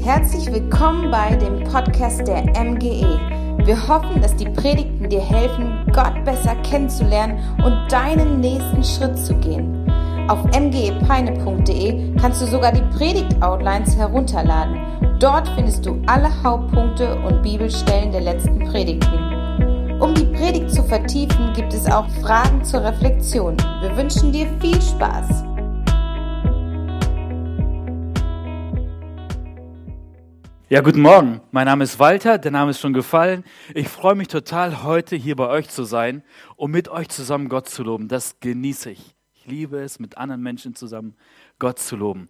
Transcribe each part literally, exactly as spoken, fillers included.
Herzlich willkommen bei dem Podcast der M G E. Wir hoffen, dass die Predigten dir helfen, Gott besser kennenzulernen und deinen nächsten Schritt zu gehen. Auf m g e peine punkt d e kannst du sogar die Predigt-Outlines herunterladen. Dort findest du alle Hauptpunkte und Bibelstellen der letzten Predigten. Um die Predigt zu vertiefen, gibt es auch Fragen zur Reflexion. Wir wünschen dir viel Spaß. Ja, guten Morgen. Mein Name ist Walter, der Name ist schon gefallen. Ich freue mich total, heute hier bei euch zu sein, um mit euch zusammen Gott zu loben. Das genieße ich. Ich liebe es, mit anderen Menschen zusammen Gott zu loben.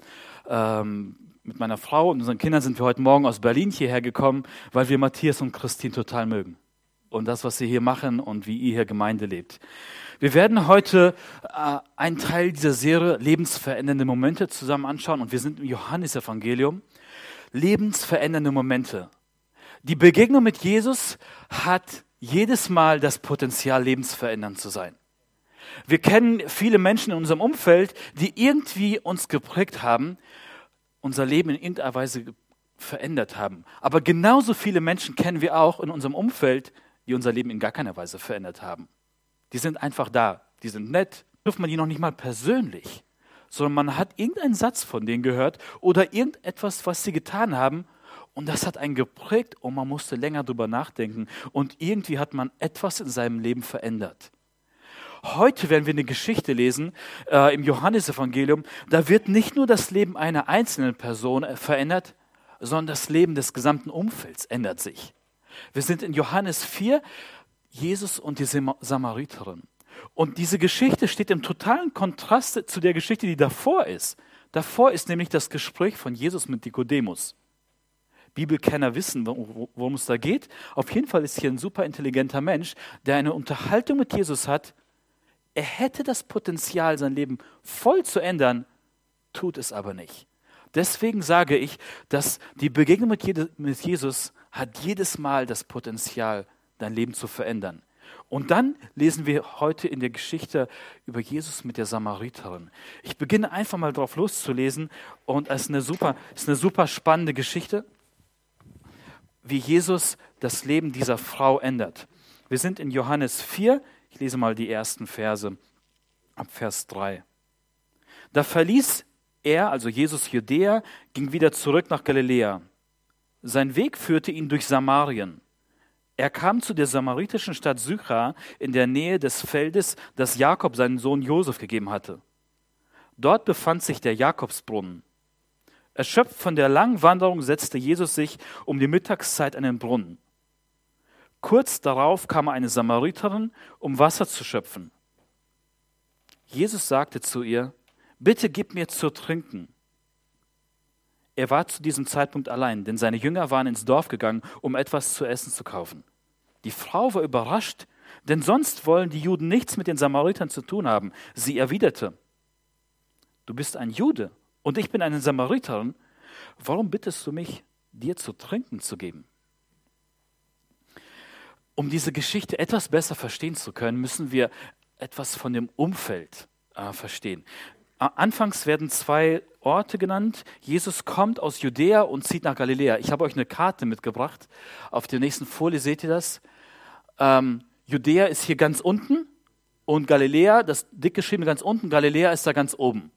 Ähm, mit meiner Frau und unseren Kindern sind wir heute Morgen aus Berlin hierher gekommen, weil wir Matthias und Christine total mögen. Und das, was sie hier machen und wie ihr hier Gemeinde lebt. Wir werden heute äh, einen Teil dieser Serie lebensverändernde Momente zusammen anschauen und wir sind im Johannesevangelium. Lebensverändernde Momente. Die Begegnung mit Jesus hat jedes Mal das Potenzial, lebensverändernd zu sein. Wir kennen viele Menschen in unserem Umfeld, die irgendwie uns geprägt haben, unser Leben in irgendeiner Weise verändert haben. Aber genauso viele Menschen kennen wir auch in unserem Umfeld, die unser Leben in gar keiner Weise verändert haben. Die sind einfach da, die sind nett, trifft man die noch nicht mal persönlich, sondern man hat irgendeinen Satz von denen gehört oder irgendetwas, was sie getan haben und das hat einen geprägt und man musste länger drüber nachdenken und irgendwie hat man etwas in seinem Leben verändert. Heute werden wir eine Geschichte lesen äh, im Johannesevangelium, da wird nicht nur das Leben einer einzelnen Person verändert, sondern das Leben des gesamten Umfelds ändert sich. Wir sind in Johannes vier, Jesus und die Samariterin. Und diese Geschichte steht im totalen Kontrast zu der Geschichte, die davor ist. Davor ist nämlich das Gespräch von Jesus mit Nikodemus. Bibelkenner wissen, worum es da geht. Auf jeden Fall ist hier ein super intelligenter Mensch, der eine Unterhaltung mit Jesus hat. Er hätte das Potenzial, sein Leben voll zu ändern, tut es aber nicht. Deswegen sage ich, dass die Begegnung mit Jesus hat jedes Mal das Potenzial, dein Leben zu verändern. Und dann lesen wir heute in der Geschichte über Jesus mit der Samariterin. Ich beginne einfach mal drauf loszulesen und es ist eine super, es ist eine super spannende Geschichte, wie Jesus das Leben dieser Frau ändert. Wir sind in Johannes vier, ich lese mal die ersten Verse ab Vers drei. Da verließ er, also Jesus, Judäa, ging wieder zurück nach Galiläa. Sein Weg führte ihn durch Samarien. Er kam zu der samaritischen Stadt Sychar in der Nähe des Feldes, das Jakob seinen Sohn Josef gegeben hatte. Dort befand sich der Jakobsbrunnen. Erschöpft von der langen Wanderung setzte Jesus sich um die Mittagszeit an den Brunnen. Kurz darauf kam eine Samariterin, um Wasser zu schöpfen. Jesus sagte zu ihr: Bitte gib mir zu trinken. Er war zu diesem Zeitpunkt allein, denn seine Jünger waren ins Dorf gegangen, um etwas zu essen zu kaufen. Die Frau war überrascht, denn sonst wollen die Juden nichts mit den Samaritern zu tun haben. Sie erwiderte: Du bist ein Jude und ich bin eine Samariterin. Warum bittest du mich, dir zu trinken zu geben? Um diese Geschichte etwas besser verstehen zu können, müssen wir etwas von dem Umfeld äh, verstehen. Anfangs werden zwei Orte genannt. Jesus kommt aus Judäa und zieht nach Galiläa. Ich habe euch eine Karte mitgebracht. Auf der nächsten Folie seht ihr das. Ähm, Judäa ist hier ganz unten und Galiläa, das dick geschriebene ganz unten, Galiläa ist da ganz oben.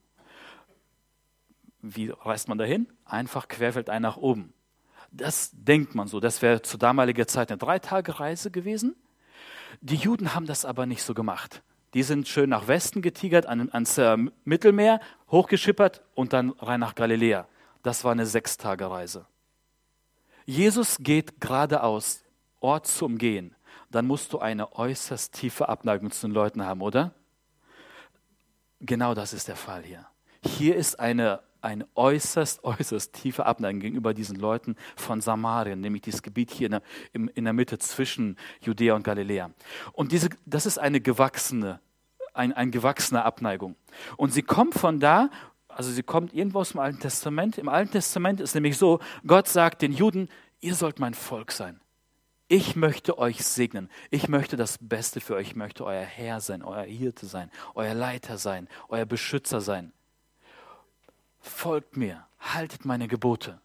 Wie reist man dahin? Einfach querfeldein nach oben. Das denkt man so. Das wäre zu damaliger Zeit eine Drei-Tage-Reise gewesen. Die Juden haben das aber nicht so gemacht. Die sind schön nach Westen getigert, an, ans äh, Mittelmeer, hochgeschippert und dann rein nach Galiläa. Das war eine Sechs-Tage-Reise. Jesus geht geradeaus, Ort zu umgehen. Dann musst du eine äußerst tiefe Abneigung zu den Leuten haben, oder? Genau das ist der Fall hier. Hier ist eine, eine äußerst, äußerst tiefe Abneigung gegenüber diesen Leuten von Samarien, nämlich dieses Gebiet hier in der, in, in der Mitte zwischen Judäa und Galiläa. Und diese, das ist eine gewachsene, ein, eine gewachsene Abneigung. Und sie kommt von da, also sie kommt irgendwo aus dem Alten Testament. Im Alten Testament ist nämlich so, Gott sagt den Juden, ihr sollt mein Volk sein. Ich möchte euch segnen. Ich möchte das Beste für euch. Ich möchte euer Herr sein, euer Hirte sein, euer Leiter sein, euer Beschützer sein. Folgt mir, haltet meine Gebote.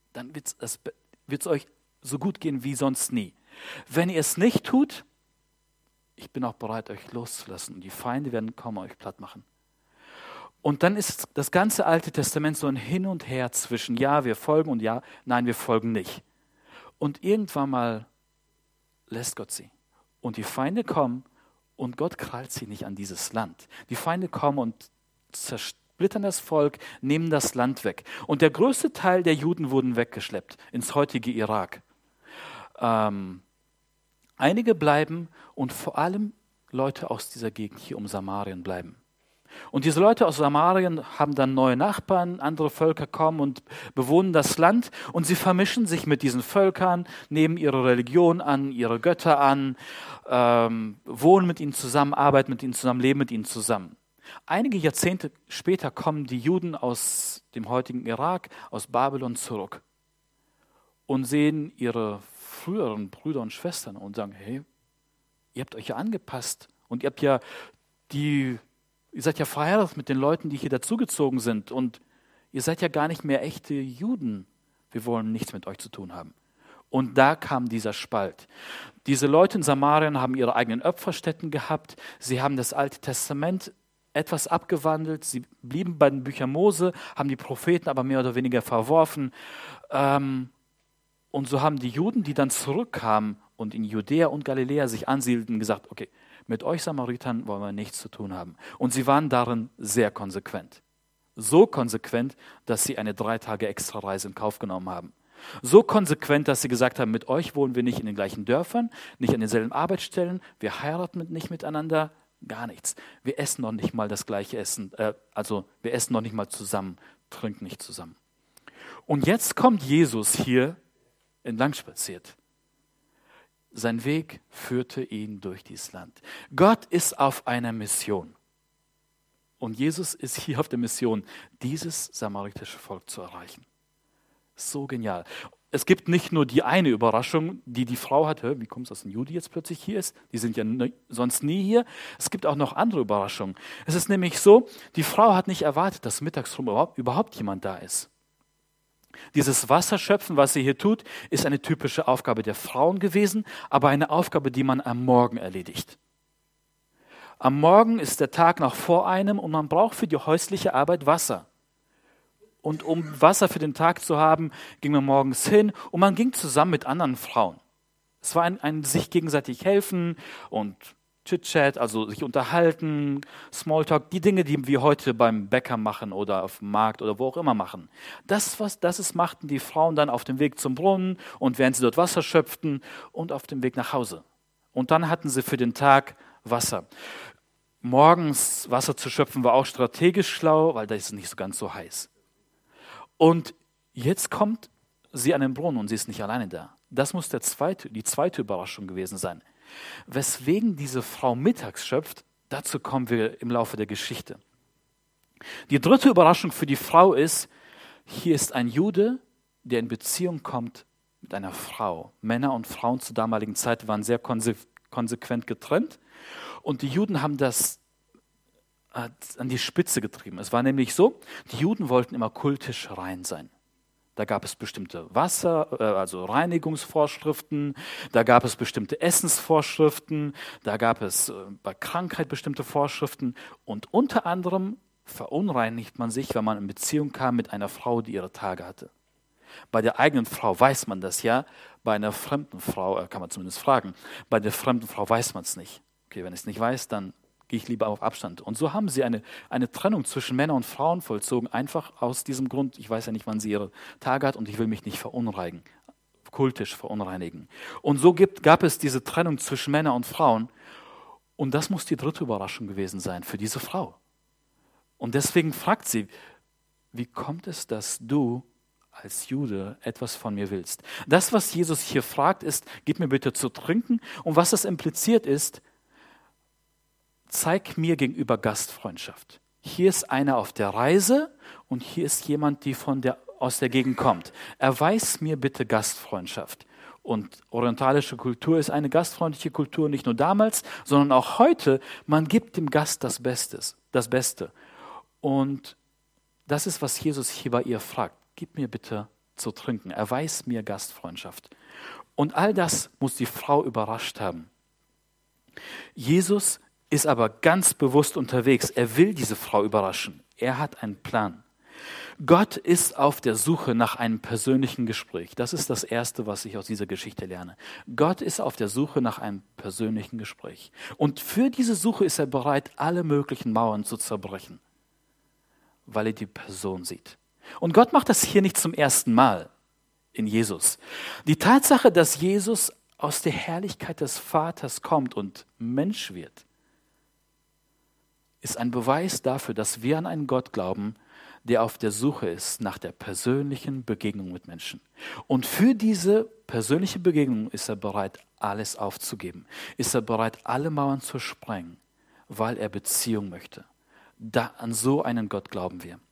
dann wird es euch so gut gehen wie sonst nie. Wenn ihr es nicht tut, ich bin auch bereit, euch loszulassen. Und die Feinde werden kommen, euch platt machen. Und dann ist das ganze Alte Testament so ein Hin und Her zwischen ja, wir folgen und ja, nein, wir folgen nicht. Und irgendwann mal lässt Gott sie. Und die Feinde kommen und Gott krallt sie nicht an dieses Land. Die Feinde kommen und zersplittern das Volk, nehmen das Land weg. Und der größte Teil der Juden wurden weggeschleppt ins heutige Irak. Ähm, einige bleiben und vor allem Leute aus dieser Gegend hier um Samarien bleiben. Und diese Leute aus Samarien haben dann neue Nachbarn, andere Völker kommen und bewohnen das Land und sie vermischen sich mit diesen Völkern, nehmen ihre Religion an, ihre Götter an, ähm, wohnen mit ihnen zusammen, arbeiten mit ihnen zusammen, leben mit ihnen zusammen. Einige Jahrzehnte später kommen die Juden aus dem heutigen Irak, aus Babylon zurück und sehen ihre früheren Brüder und Schwestern und sagen, hey, ihr habt euch ja angepasst und ihr habt ja die Ihr seid ja verheiratet mit den Leuten, die hier dazugezogen sind und ihr seid ja gar nicht mehr echte Juden. Wir wollen nichts mit euch zu tun haben. Und da kam dieser Spalt. Diese Leute in Samarien haben ihre eigenen Opferstätten gehabt. Sie haben das Alte Testament etwas abgewandelt. Sie blieben bei den Büchern Mose, haben die Propheten aber mehr oder weniger verworfen. Und so haben die Juden, die dann zurückkamen und in Judäa und Galiläa sich ansiedelten, gesagt, okay, mit euch Samaritern wollen wir nichts zu tun haben. Und sie waren darin sehr konsequent. So konsequent, dass sie eine drei Tage Extrareise in Kauf genommen haben. So konsequent, dass sie gesagt haben, mit euch wohnen wir nicht in den gleichen Dörfern, nicht an denselben Arbeitsstellen, wir heiraten nicht miteinander, gar nichts. Wir essen noch nicht mal das gleiche Essen, äh, also wir essen noch nicht mal zusammen, trinken nicht zusammen. Und jetzt kommt Jesus hier entlang spaziert. Sein Weg führte ihn durch dieses Land. Gott ist auf einer Mission. Und Jesus ist hier auf der Mission, dieses samaritische Volk zu erreichen. So genial. Es gibt nicht nur die eine Überraschung, die die Frau hat, wie kommt es, dass ein Jude jetzt plötzlich hier ist? Die sind ja ne, sonst nie hier. Es gibt auch noch andere Überraschungen. Es ist nämlich so, die Frau hat nicht erwartet, dass mittags rum überhaupt, überhaupt jemand da ist. Dieses Wasserschöpfen, was sie hier tut, ist eine typische Aufgabe der Frauen gewesen, aber eine Aufgabe, die man am Morgen erledigt. Am Morgen ist der Tag noch vor einem und man braucht für die häusliche Arbeit Wasser. Und um Wasser für den Tag zu haben, ging man morgens hin und man ging zusammen mit anderen Frauen. Es war ein, ein sich gegenseitig helfen und Chit-Chat, also sich unterhalten, Smalltalk, die Dinge, die wir heute beim Bäcker machen oder auf dem Markt oder wo auch immer machen. Das, was, das ist, machten die Frauen dann auf dem Weg zum Brunnen und während sie dort Wasser schöpften und auf dem Weg nach Hause. Und dann hatten sie für den Tag Wasser. Morgens Wasser zu schöpfen war auch strategisch schlau, weil da ist es nicht so ganz so heiß. Und jetzt kommt sie an den Brunnen und sie ist nicht alleine da. Das muss der zweite, die zweite Überraschung gewesen sein. Weswegen diese Frau mittags schöpft, dazu kommen wir im Laufe der Geschichte. Die dritte Überraschung für die Frau ist, hier ist ein Jude, der in Beziehung kommt mit einer Frau. Männer und Frauen zur damaligen Zeit waren sehr konse- konsequent getrennt und die Juden haben das an die Spitze getrieben. Es war nämlich so, die Juden wollten immer kultisch rein sein. Da gab es bestimmte Wasser, also Reinigungsvorschriften, da gab es bestimmte Essensvorschriften, da gab es bei Krankheit bestimmte Vorschriften und unter anderem verunreinigt man sich, wenn man in Beziehung kam mit einer Frau, die ihre Tage hatte. Bei der eigenen Frau weiß man das ja, bei einer fremden Frau kann man zumindest fragen, bei der fremden Frau weiß man es nicht. Okay, wenn ich es nicht weiß, dann gehe ich lieber auf Abstand. Und so haben sie eine, eine Trennung zwischen Männern und Frauen vollzogen, einfach aus diesem Grund, ich weiß ja nicht, wann sie ihre Tage hat und ich will mich nicht verunreinigen, kultisch verunreinigen. Und so gibt, gab es diese Trennung zwischen Männern und Frauen und das muss die dritte Überraschung gewesen sein für diese Frau. Und deswegen fragt sie, wie kommt es, dass du als Jude etwas von mir willst? Das, was Jesus hier fragt, ist, gib mir bitte zu trinken und was das impliziert ist, zeig mir gegenüber Gastfreundschaft. Hier ist einer auf der Reise und hier ist jemand, der von der, aus der Gegend kommt. Erweis mir bitte Gastfreundschaft. Und orientalische Kultur ist eine gastfreundliche Kultur, nicht nur damals, sondern auch heute. Man gibt dem Gast das Bestes, das Beste. Und das ist, was Jesus hier bei ihr fragt. Gib mir bitte zu trinken. Erweis mir Gastfreundschaft. Und all das muss die Frau überrascht haben. Jesus ist aber ganz bewusst unterwegs. Er will diese Frau überraschen. Er hat einen Plan. Gott ist auf der Suche nach einem persönlichen Gespräch. Das ist das Erste, was ich aus dieser Geschichte lerne. Gott ist auf der Suche nach einem persönlichen Gespräch. Und für diese Suche ist er bereit, alle möglichen Mauern zu zerbrechen, weil er die Person sieht. Und Gott macht das hier nicht zum ersten Mal in Jesus. Die Tatsache, dass Jesus aus der Herrlichkeit des Vaters kommt und Mensch wird, ist ein Beweis dafür, dass wir an einen Gott glauben, der auf der Suche ist nach der persönlichen Begegnung mit Menschen. Und für diese persönliche Begegnung ist er bereit, alles aufzugeben. Ist er bereit, alle Mauern zu sprengen, weil er Beziehung möchte. Da, an so einen Gott glauben wir.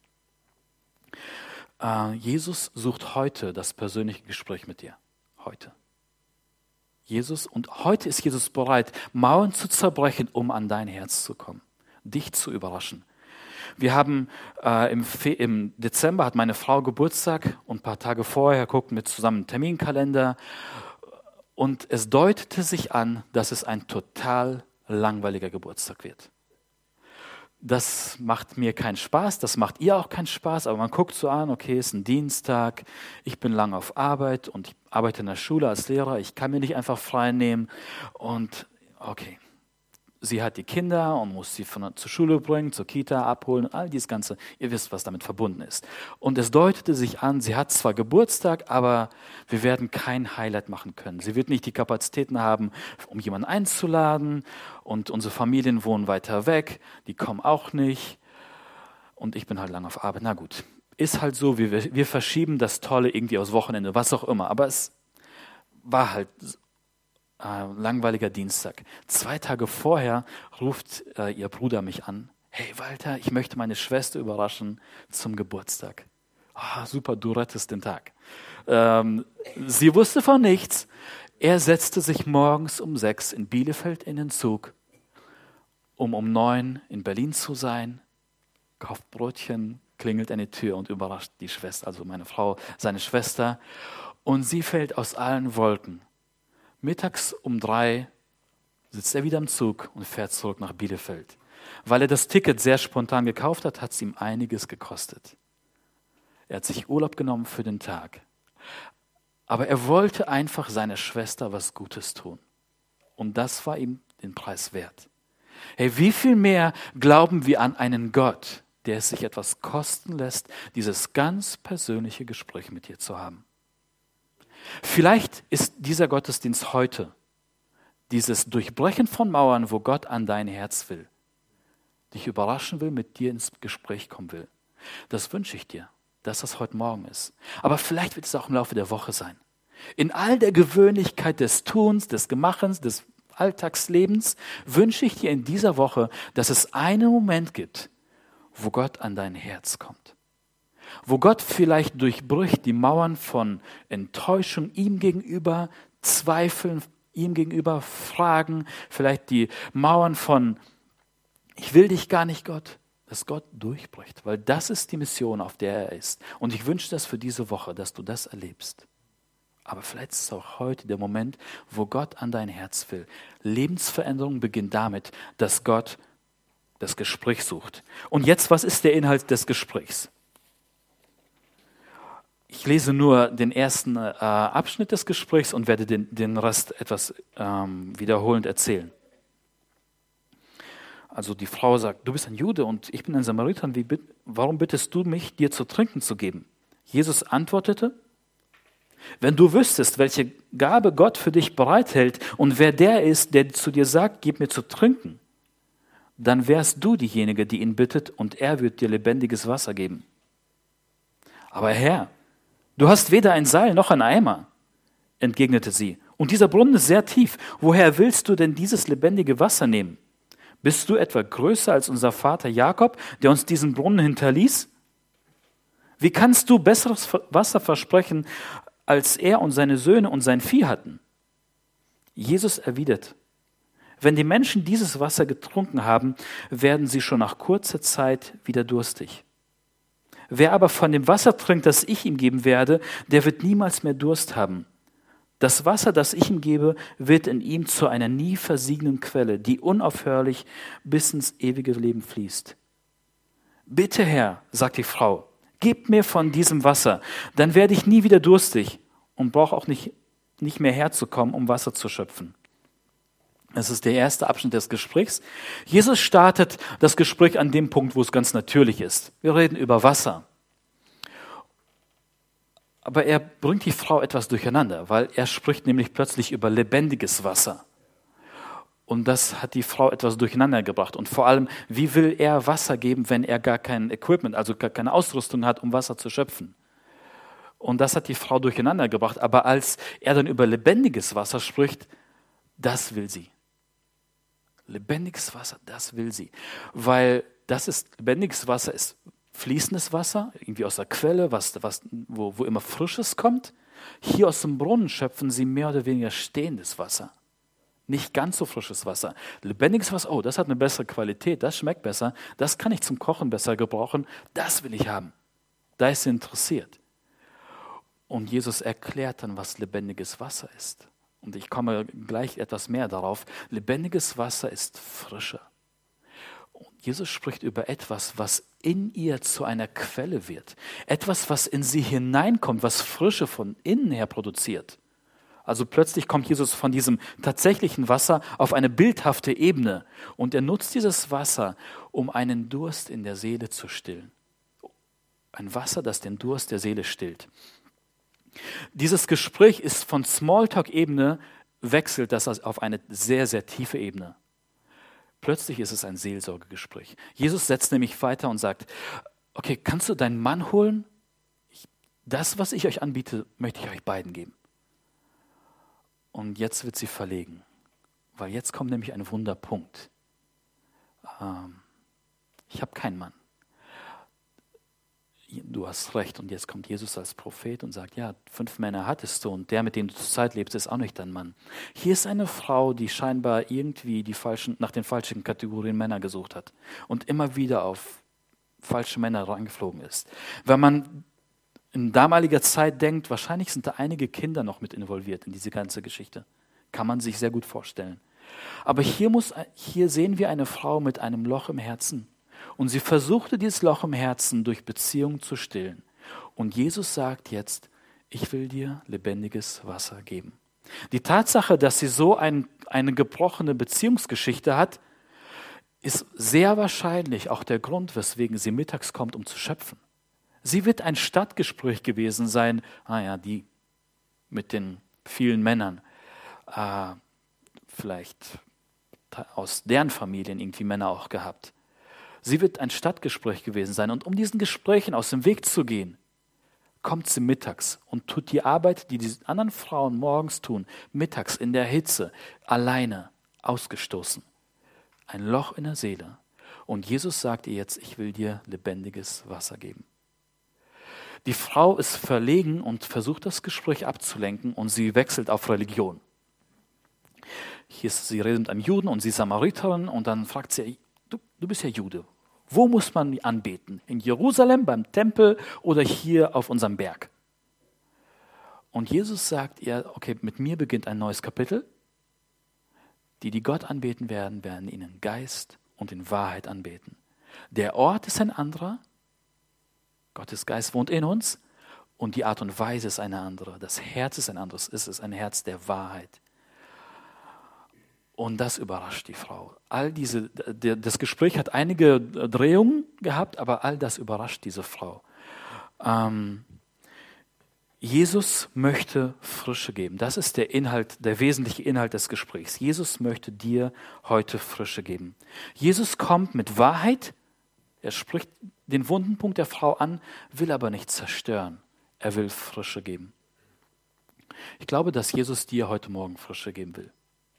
Äh, Jesus sucht heute das persönliche Gespräch mit dir. Heute. Jesus, und heute ist Jesus bereit, Mauern zu zerbrechen, um an dein Herz zu kommen, dich zu überraschen. Wir haben äh, im, Fe- im Dezember hat meine Frau Geburtstag und ein paar Tage vorher guckten wir zusammen einen Terminkalender und es deutete sich an, dass es ein total langweiliger Geburtstag wird. Das macht mir keinen Spaß, das macht ihr auch keinen Spaß, aber man guckt so an, okay, es ist ein Dienstag, ich bin lang auf Arbeit und ich arbeite in der Schule als Lehrer, ich kann mir nicht einfach frei nehmen und okay. Sie hat die Kinder und muss sie von, zur Schule bringen, zur Kita abholen und all dieses Ganze. Ihr wisst, was damit verbunden ist. Und es deutete sich an, sie hat zwar Geburtstag, aber wir werden kein Highlight machen können. Sie wird nicht die Kapazitäten haben, um jemanden einzuladen. Und unsere Familien wohnen weiter weg, die kommen auch nicht. Und ich bin halt lange auf Arbeit. Na gut, ist halt so, wir, wir verschieben das Tolle irgendwie aufs Wochenende, was auch immer. Aber es war halt Äh, langweiliger Dienstag. Zwei Tage vorher ruft äh, ihr Bruder mich an. Hey Walter, ich möchte meine Schwester überraschen zum Geburtstag. Oh, super, du rettest den Tag. Ähm, sie wusste von nichts. Er setzte sich morgens um sechs in Bielefeld in den Zug, um um neun in Berlin zu sein, kauft Brötchen, klingelt an die Tür und überrascht die Schwester, also meine Frau, seine Schwester. Und sie fällt aus allen Wolken. Mittags um drei sitzt er wieder im Zug und fährt zurück nach Bielefeld. Weil er das Ticket sehr spontan gekauft hat, hat es ihm einiges gekostet. Er hat sich Urlaub genommen für den Tag. Aber er wollte einfach seiner Schwester was Gutes tun. Und das war ihm den Preis wert. Hey, wie viel mehr glauben wir an einen Gott, der es sich etwas kosten lässt, dieses ganz persönliche Gespräch mit dir zu haben? Vielleicht ist dieser Gottesdienst heute dieses Durchbrechen von Mauern, wo Gott an dein Herz will, dich überraschen will, mit dir ins Gespräch kommen will. Das wünsche ich dir, dass das heute Morgen ist. Aber vielleicht wird es auch im Laufe der Woche sein. In all der Gewöhnlichkeit des Tuns, des Gemachens, des Alltagslebens wünsche ich dir in dieser Woche, dass es einen Moment gibt, wo Gott an dein Herz kommt. Wo Gott vielleicht durchbricht die Mauern von Enttäuschung ihm gegenüber, Zweifeln ihm gegenüber, Fragen, vielleicht die Mauern von ich will dich gar nicht, Gott, dass Gott durchbricht, weil das ist die Mission, auf der er ist. Und ich wünsche das für diese Woche, dass du das erlebst. Aber vielleicht ist es auch heute der Moment, wo Gott an dein Herz will. Lebensveränderung beginnt damit, dass Gott das Gespräch sucht. Und jetzt, was ist der Inhalt des Gesprächs? Ich lese nur den ersten äh, Abschnitt des Gesprächs und werde den, den Rest etwas ähm, wiederholend erzählen. Also die Frau sagt, du bist ein Jude und ich bin ein Samariter. Wie, warum bittest du mich, dir zu trinken zu geben? Jesus antwortete, wenn du wüsstest, welche Gabe Gott für dich bereithält und wer der ist, der zu dir sagt, gib mir zu trinken, dann wärst du diejenige, die ihn bittet und er wird dir lebendiges Wasser geben. Aber Herr, du hast weder ein Seil noch ein Eimer, entgegnete sie. Und dieser Brunnen ist sehr tief. Woher willst du denn dieses lebendige Wasser nehmen? Bist du etwa größer als unser Vater Jakob, der uns diesen Brunnen hinterließ? Wie kannst du besseres Wasser versprechen, als er und seine Söhne und sein Vieh hatten? Jesus erwidert, wenn die Menschen dieses Wasser getrunken haben, werden sie schon nach kurzer Zeit wieder durstig. Wer aber von dem Wasser trinkt, das ich ihm geben werde, der wird niemals mehr Durst haben. Das Wasser, das ich ihm gebe, wird in ihm zu einer nie versiegenden Quelle, die unaufhörlich bis ins ewige Leben fließt. Bitte, Herr, sagt die Frau, gib mir von diesem Wasser, dann werde ich nie wieder durstig und brauche auch nicht, nicht mehr herzukommen, um Wasser zu schöpfen. Das ist der erste Abschnitt des Gesprächs. Jesus startet das Gespräch an dem Punkt, wo es ganz natürlich ist. Wir reden über Wasser. Aber er bringt die Frau etwas durcheinander, weil er spricht nämlich plötzlich über lebendiges Wasser. Und das hat die Frau etwas durcheinander gebracht. Und vor allem, wie will er Wasser geben, wenn er gar kein Equipment, also gar keine Ausrüstung hat, um Wasser zu schöpfen? Und das hat die Frau durcheinander gebracht. Aber als er dann über lebendiges Wasser spricht, das will sie. Lebendiges Wasser, das will sie. Weil das ist, lebendiges Wasser ist fließendes Wasser, irgendwie aus der Quelle, was, was, wo, wo immer Frisches kommt. Hier aus dem Brunnen schöpfen sie mehr oder weniger stehendes Wasser. Nicht ganz so frisches Wasser. Lebendiges Wasser, oh, das hat eine bessere Qualität, das schmeckt besser, das kann ich zum Kochen besser gebrauchen, das will ich haben. Da ist sie interessiert. Und Jesus erklärt dann, was lebendiges Wasser ist. Und ich komme gleich etwas mehr darauf. Lebendiges Wasser ist frischer. Und Jesus spricht über etwas, was in ihr zu einer Quelle wird. Etwas, was in sie hineinkommt, was Frische von innen her produziert. Also plötzlich kommt Jesus von diesem tatsächlichen Wasser auf eine bildhafte Ebene. Und er nutzt dieses Wasser, um einen Durst in der Seele zu stillen. Ein Wasser, das den Durst der Seele stillt. Dieses Gespräch ist von Smalltalk-Ebene, wechselt das auf eine sehr, sehr tiefe Ebene. Plötzlich ist es ein Seelsorgegespräch. Jesus setzt nämlich weiter und sagt, okay, kannst du deinen Mann holen? Das, was ich euch anbiete, möchte ich euch beiden geben. Und jetzt wird sie verlegen, weil jetzt kommt nämlich ein Wunderpunkt. Ähm, ich habe keinen Mann. Du hast recht. Und jetzt kommt Jesus als Prophet und sagt, ja, fünf Männer hattest du und der, mit dem du zur Zeit lebst, ist auch nicht dein Mann. Hier ist eine Frau, die scheinbar irgendwie die falschen, nach den falschen Kategorien Männer gesucht hat und immer wieder auf falsche Männer reingeflogen ist. Wenn man in damaliger Zeit denkt, wahrscheinlich sind da einige Kinder noch mit involviert in diese ganze Geschichte. Kann man sich sehr gut vorstellen. Aber hier, muss, hier sehen wir eine Frau mit einem Loch im Herzen. Und sie versuchte dieses Loch im Herzen durch Beziehung zu stillen. Und Jesus sagt jetzt, ich will dir lebendiges Wasser geben. Die Tatsache, dass sie so ein, eine gebrochene Beziehungsgeschichte hat, ist sehr wahrscheinlich auch der Grund, weswegen sie mittags kommt, um zu schöpfen. Sie wird ein Stadtgespräch gewesen sein, ah ja, die mit den vielen Männern, äh, vielleicht aus deren Familien irgendwie Männer auch gehabt. Sie wird ein Stadtgespräch gewesen sein. Und um diesen Gesprächen aus dem Weg zu gehen, kommt sie mittags und tut die Arbeit, die die anderen Frauen morgens tun, mittags in der Hitze, alleine, ausgestoßen. Ein Loch in der Seele. Und Jesus sagt ihr jetzt, ich will dir lebendiges Wasser geben. Die Frau ist verlegen und versucht, das Gespräch abzulenken und sie wechselt auf Religion. Hier ist sie redet mit einem Juden und sie ist Samariterin und dann fragt sie, du, du bist ja Jude, wo muss man anbeten? In Jerusalem, beim Tempel oder hier auf unserem Berg? Und Jesus sagt ihr, okay, mit mir beginnt ein neues Kapitel. Die, die Gott anbeten werden, werden ihn in Geist und in Wahrheit anbeten. Der Ort ist ein anderer. Gottes Geist wohnt in uns und die Art und Weise ist eine andere. Das Herz ist ein anderes. Es ist ein Herz der Wahrheit. Und das überrascht die Frau. All diese, das Gespräch hat einige Drehungen gehabt, aber all das überrascht diese Frau. Ähm, Jesus möchte Frische geben. Das ist der Inhalt, der wesentliche Inhalt des Gesprächs. Jesus möchte dir heute Frische geben. Jesus kommt mit Wahrheit. Er spricht den wunden Punkt der Frau an, will aber nicht zerstören. Er will Frische geben. Ich glaube, dass Jesus dir heute Morgen Frische geben will.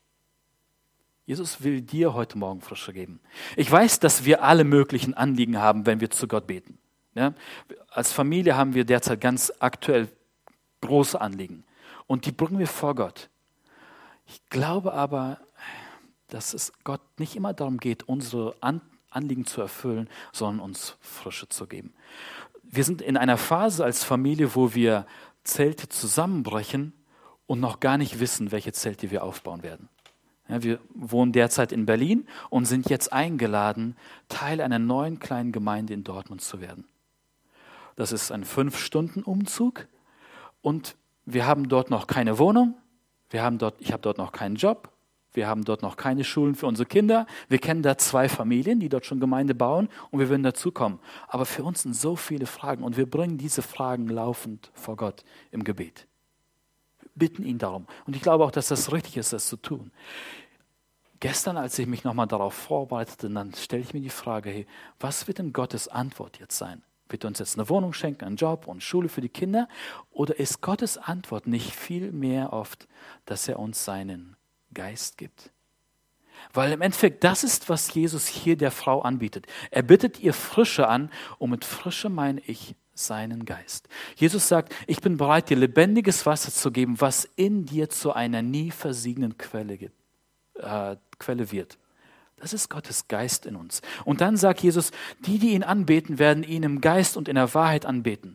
Jesus will dir heute Morgen Frische geben. Ich weiß, dass wir alle möglichen Anliegen haben, wenn wir zu Gott beten. Ja? Als Familie haben wir derzeit ganz aktuell große Anliegen. Und die bringen wir vor Gott. Ich glaube aber, dass es Gott nicht immer darum geht, unsere An- Anliegen zu erfüllen, sondern uns Frische zu geben. wir sind in einer Phase als Familie, wo wir Zelte zusammenbrechen und noch gar nicht wissen, welche Zelte wir aufbauen werden. Ja, wir wohnen derzeit in Berlin und sind jetzt eingeladen, Teil einer neuen kleinen Gemeinde in Dortmund zu werden. Das ist ein Fünf-Stunden-Umzug und wir haben dort noch keine Wohnung, wir haben dort, ich habe dort noch keinen Job, wir haben dort noch keine Schulen für unsere Kinder. Wir kennen da zwei Familien, die dort schon Gemeinde bauen und wir würden dazukommen. Aber für uns sind so viele Fragen und wir bringen diese Fragen laufend vor Gott im Gebet. Wir bitten ihn darum. Und ich glaube auch, dass das richtig ist, das zu tun. Gestern, als ich mich nochmal darauf vorbereitete, dann stelle ich mir die Frage, hey, was wird denn Gottes Antwort jetzt sein? Wird er uns jetzt eine Wohnung schenken, einen Job und Schule für die Kinder? Oder ist Gottes Antwort nicht viel mehr oft, dass er uns seinen Geist gibt? Weil im Endeffekt, das ist, was Jesus hier der Frau anbietet. Er bittet ihr Frische an und mit Frische meine ich seinen Geist. Jesus sagt, ich bin bereit, dir lebendiges Wasser zu geben, was in dir zu einer nie versiegenden Quelle, gibt, äh, Quelle wird. Das ist Gottes Geist in uns. Und dann sagt Jesus, die, die ihn anbeten, werden ihn im Geist und in der Wahrheit anbeten.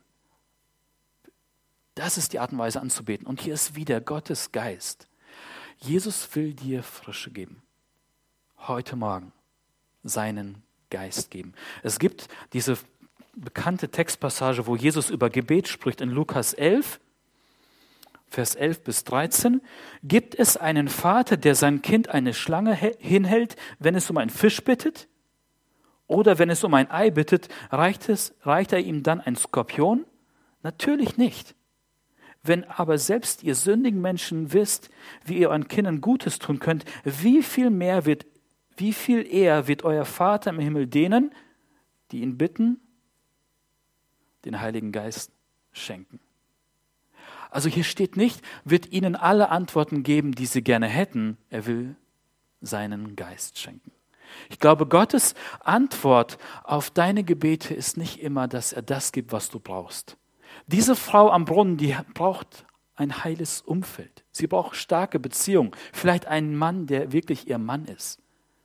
Das ist die Art und Weise anzubeten. Und hier ist wieder Gottes Geist. Jesus will dir Frische geben. Heute Morgen seinen Geist geben. Es gibt diese bekannte Textpassage, wo Jesus über Gebet spricht in Lukas elf, Vers elf bis dreizehn. Gibt es einen Vater, der sein Kind eine Schlange hinhält, wenn es um einen Fisch bittet? Oder wenn es um ein Ei bittet, reicht, es, reicht er ihm dann ein Skorpion? Natürlich nicht. Wenn aber selbst ihr sündigen Menschen wisst, wie ihr euren Kindern Gutes tun könnt, wie viel mehr wird, wie viel eher wird euer Vater im Himmel denen, die ihn bitten, den Heiligen Geist schenken. Also hier steht nicht, wird ihnen alle Antworten geben, die sie gerne hätten. Er will seinen Geist schenken. Ich glaube, Gottes Antwort auf deine Gebete ist nicht immer, dass er das gibt, was du brauchst. Diese Frau am Brunnen, die braucht ein heiles Umfeld. Sie braucht starke Beziehungen. Vielleicht einen Mann, der wirklich ihr Mann ist.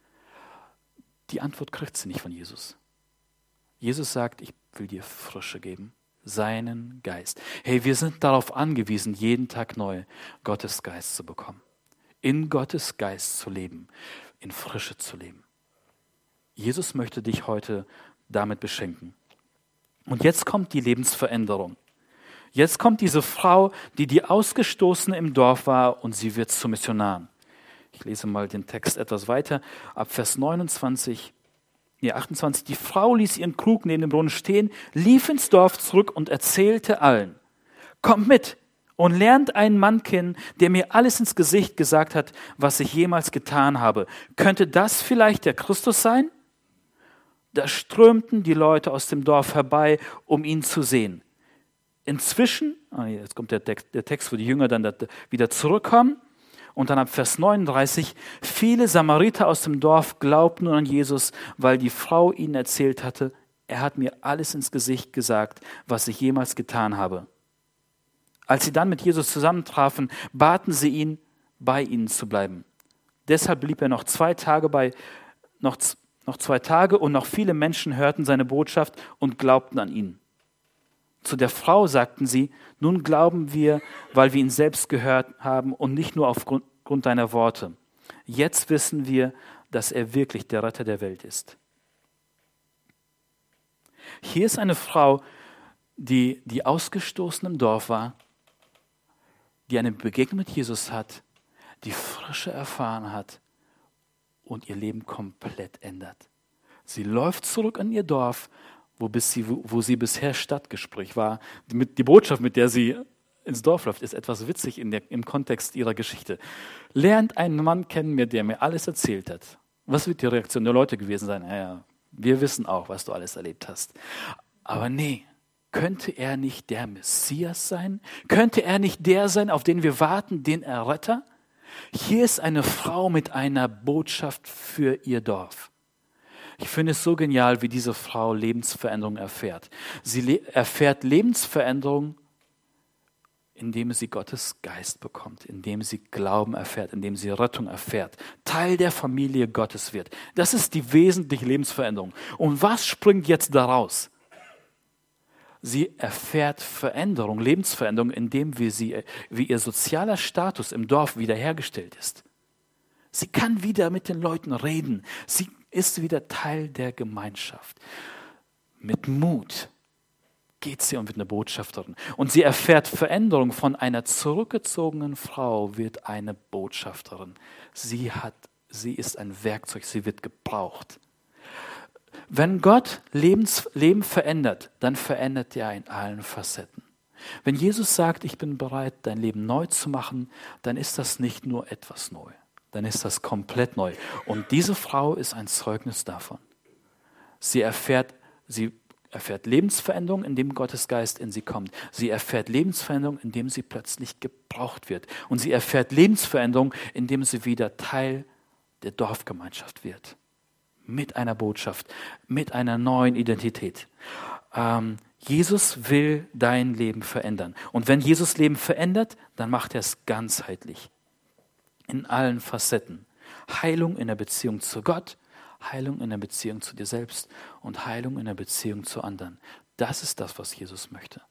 Die Antwort kriegt sie nicht von Jesus. Jesus sagt, ich will dir Frische geben. Seinen Geist. Hey, wir sind darauf angewiesen, jeden Tag neu Gottes Geist zu bekommen. In Gottes Geist zu leben. In Frische zu leben. Jesus möchte dich heute damit beschenken. Und jetzt kommt die Lebensveränderung. Jetzt kommt diese Frau, die die Ausgestoßene im Dorf war und sie wird zur Missionarin. Ich lese mal den Text etwas weiter. Ab Vers neunundzwanzig, nee, achtundzwanzig. Die Frau ließ ihren Krug neben dem Brunnen stehen, lief ins Dorf zurück und erzählte allen. Kommt mit und lernt einen Mann kennen, der mir alles ins Gesicht gesagt hat, was ich jemals getan habe. Könnte das vielleicht der Christus sein? Da strömten die Leute aus dem Dorf herbei, um ihn zu sehen. Inzwischen, ah, jetzt kommt der Text, der Text, wo die Jünger dann wieder zurückkommen, und dann ab Vers neununddreißig, viele Samariter aus dem Dorf glaubten nun an Jesus, weil die Frau ihnen erzählt hatte, er hat mir alles ins Gesicht gesagt, was ich jemals getan habe. Als sie dann mit Jesus zusammentrafen, baten sie ihn, bei ihnen zu bleiben. Deshalb blieb er noch zwei Tage bei, noch, noch zwei Tage und noch viele Menschen hörten seine Botschaft und glaubten an ihn. Zu der Frau sagten sie, nun glauben wir, weil wir ihn selbst gehört haben und nicht nur aufgrund deiner Worte. Jetzt wissen wir, dass er wirklich der Retter der Welt ist. Hier ist eine Frau, die, die ausgestoßen im Dorf war, die eine Begegnung mit Jesus hat, die Frische erfahren hat und ihr Leben komplett ändert. Sie läuft zurück in ihr Dorf, Wo, bis sie, wo, wo sie bisher Stadtgespräch war. Die, die Botschaft, mit der sie ins Dorf läuft, ist etwas witzig in der, im Kontext ihrer Geschichte. Lernt einen Mann kennen, der mir alles erzählt hat. Was wird die Reaktion der Leute gewesen sein? Ja, ja, wir wissen auch, was du alles erlebt hast. Aber nee, könnte er nicht der Messias sein? Könnte er nicht der sein, auf den wir warten, den Erretter? Hier ist eine Frau mit einer Botschaft für ihr Dorf. Ich finde es so genial, wie diese Frau Lebensveränderung erfährt. Sie le- erfährt Lebensveränderung, indem sie Gottes Geist bekommt, indem sie Glauben erfährt, indem sie Rettung erfährt, Teil der Familie Gottes wird. Das ist die wesentliche Lebensveränderung. Und was springt jetzt daraus? Sie erfährt Veränderung, Lebensveränderung, indem wie, sie, wie ihr sozialer Status im Dorf wiederhergestellt ist. Sie kann wieder mit den Leuten reden. Sie ist wieder Teil der Gemeinschaft. Mit Mut geht sie und wird eine Botschafterin. Und sie erfährt Veränderung. Von einer zurückgezogenen Frau wird eine Botschafterin. Sie hat, sie ist ein Werkzeug, sie wird gebraucht. Wenn Gott Lebens, Leben verändert, dann verändert er in allen Facetten. Wenn Jesus sagt, ich bin bereit, dein Leben neu zu machen, dann ist das nicht nur etwas neu. Dann ist das komplett neu. Und diese Frau ist ein Zeugnis davon. Sie erfährt, sie erfährt Lebensveränderung, indem Gottes Geist in sie kommt. Sie erfährt Lebensveränderung, indem sie plötzlich gebraucht wird. Und sie erfährt Lebensveränderung, indem sie wieder Teil der Dorfgemeinschaft wird. Mit einer Botschaft, mit einer neuen Identität. Ähm, Jesus will dein Leben verändern. Und wenn Jesus Leben verändert, dann macht er es ganzheitlich. In allen Facetten. Heilung in der Beziehung zu Gott, Heilung in der Beziehung zu dir selbst und Heilung in der Beziehung zu anderen. Das ist das, was Jesus möchte.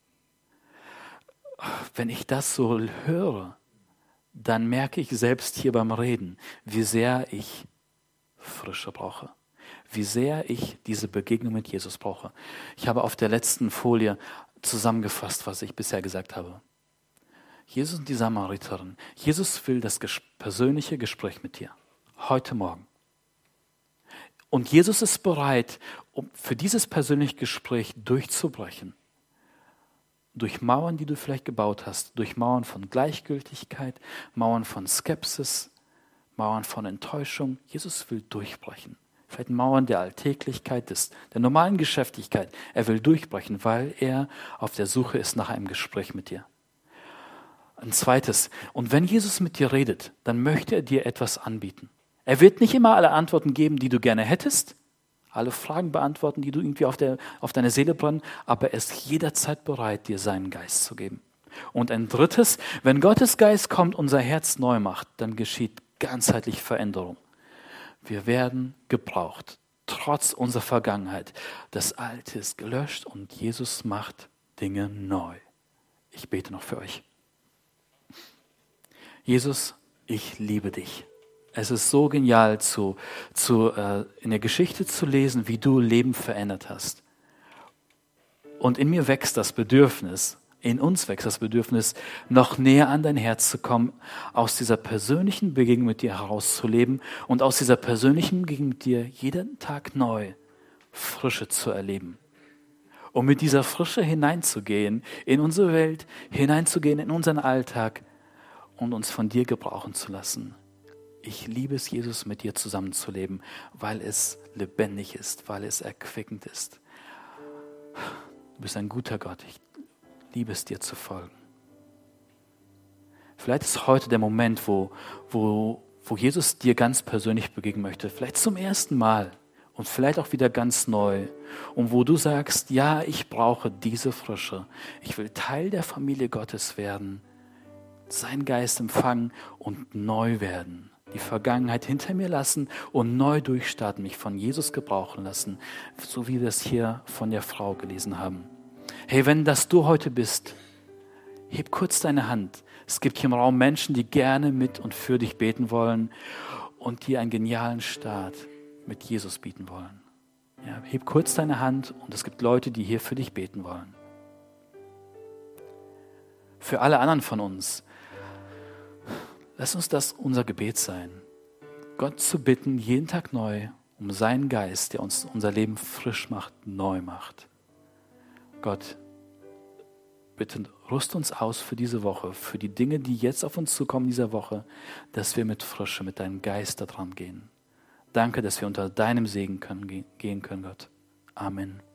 Wenn ich das so höre, dann merke ich selbst hier beim Reden, wie sehr ich Frische brauche. Wie sehr ich diese Begegnung mit Jesus brauche. Ich habe auf der letzten Folie zusammengefasst, was ich bisher gesagt habe. Jesus und die Samariterin. Jesus will das ges- persönliche Gespräch mit dir. Heute Morgen. Und Jesus ist bereit, um für dieses persönliche Gespräch durchzubrechen. Durch Mauern, die du vielleicht gebaut hast. Durch Mauern von Gleichgültigkeit, Mauern von Skepsis, Mauern von Enttäuschung. Jesus will durchbrechen. Vielleicht Mauern der Alltäglichkeit, des, der normalen Geschäftigkeit. Er will durchbrechen, weil er auf der Suche ist nach einem Gespräch mit dir. Ein zweites, und wenn Jesus mit dir redet, dann möchte er dir etwas anbieten. Er wird nicht immer alle Antworten geben, die du gerne hättest, alle Fragen beantworten, die du irgendwie auf, der, auf deine Seele brennen, aber er ist jederzeit bereit, dir seinen Geist zu geben. Und ein drittes, wenn Gottes Geist kommt und unser Herz neu macht, dann geschieht ganzheitlich Veränderung. Wir werden gebraucht, trotz unserer Vergangenheit. Das Alte ist gelöscht und Jesus macht Dinge neu. Ich bete noch für euch. Jesus, ich liebe dich. Es ist so genial, zu, zu, äh, in der Geschichte zu lesen, wie du Leben verändert hast. Und in mir wächst das Bedürfnis, in uns wächst das Bedürfnis, noch näher an dein Herz zu kommen, aus dieser persönlichen Begegnung mit dir herauszuleben und aus dieser persönlichen Begegnung mit dir jeden Tag neu Frische zu erleben. Um mit dieser Frische hineinzugehen, in unsere Welt, hineinzugehen in unseren Alltag, und uns von dir gebrauchen zu lassen. Ich liebe es, Jesus, mit dir zusammenzuleben, weil es lebendig ist, weil es erquickend ist. Du bist ein guter Gott. Ich liebe es, dir zu folgen. Vielleicht ist heute der Moment, wo, wo, wo Jesus dir ganz persönlich begegnen möchte. Vielleicht zum ersten Mal und vielleicht auch wieder ganz neu. Und wo du sagst, ja, ich brauche diese Frische. Ich will Teil der Familie Gottes werden. Seinen Geist empfangen und neu werden. Die Vergangenheit hinter mir lassen und neu durchstarten, mich von Jesus gebrauchen lassen, so wie wir es hier von der Frau gelesen haben. Hey, wenn das du heute bist, heb kurz deine Hand. Es gibt hier im Raum Menschen, die gerne mit und für dich beten wollen und dir einen genialen Start mit Jesus bieten wollen. Ja, heb kurz deine Hand und es gibt Leute, die hier für dich beten wollen. Für alle anderen von uns, lass uns das unser Gebet sein, Gott zu bitten, jeden Tag neu, um seinen Geist, der uns unser Leben frisch macht, neu macht. Gott, bitte rüst uns aus für diese Woche, für die Dinge, die jetzt auf uns zukommen in dieser Woche, dass wir mit Frische, mit deinem Geist da dran gehen. Danke, dass wir unter deinem Segen können, gehen können, Gott. Amen.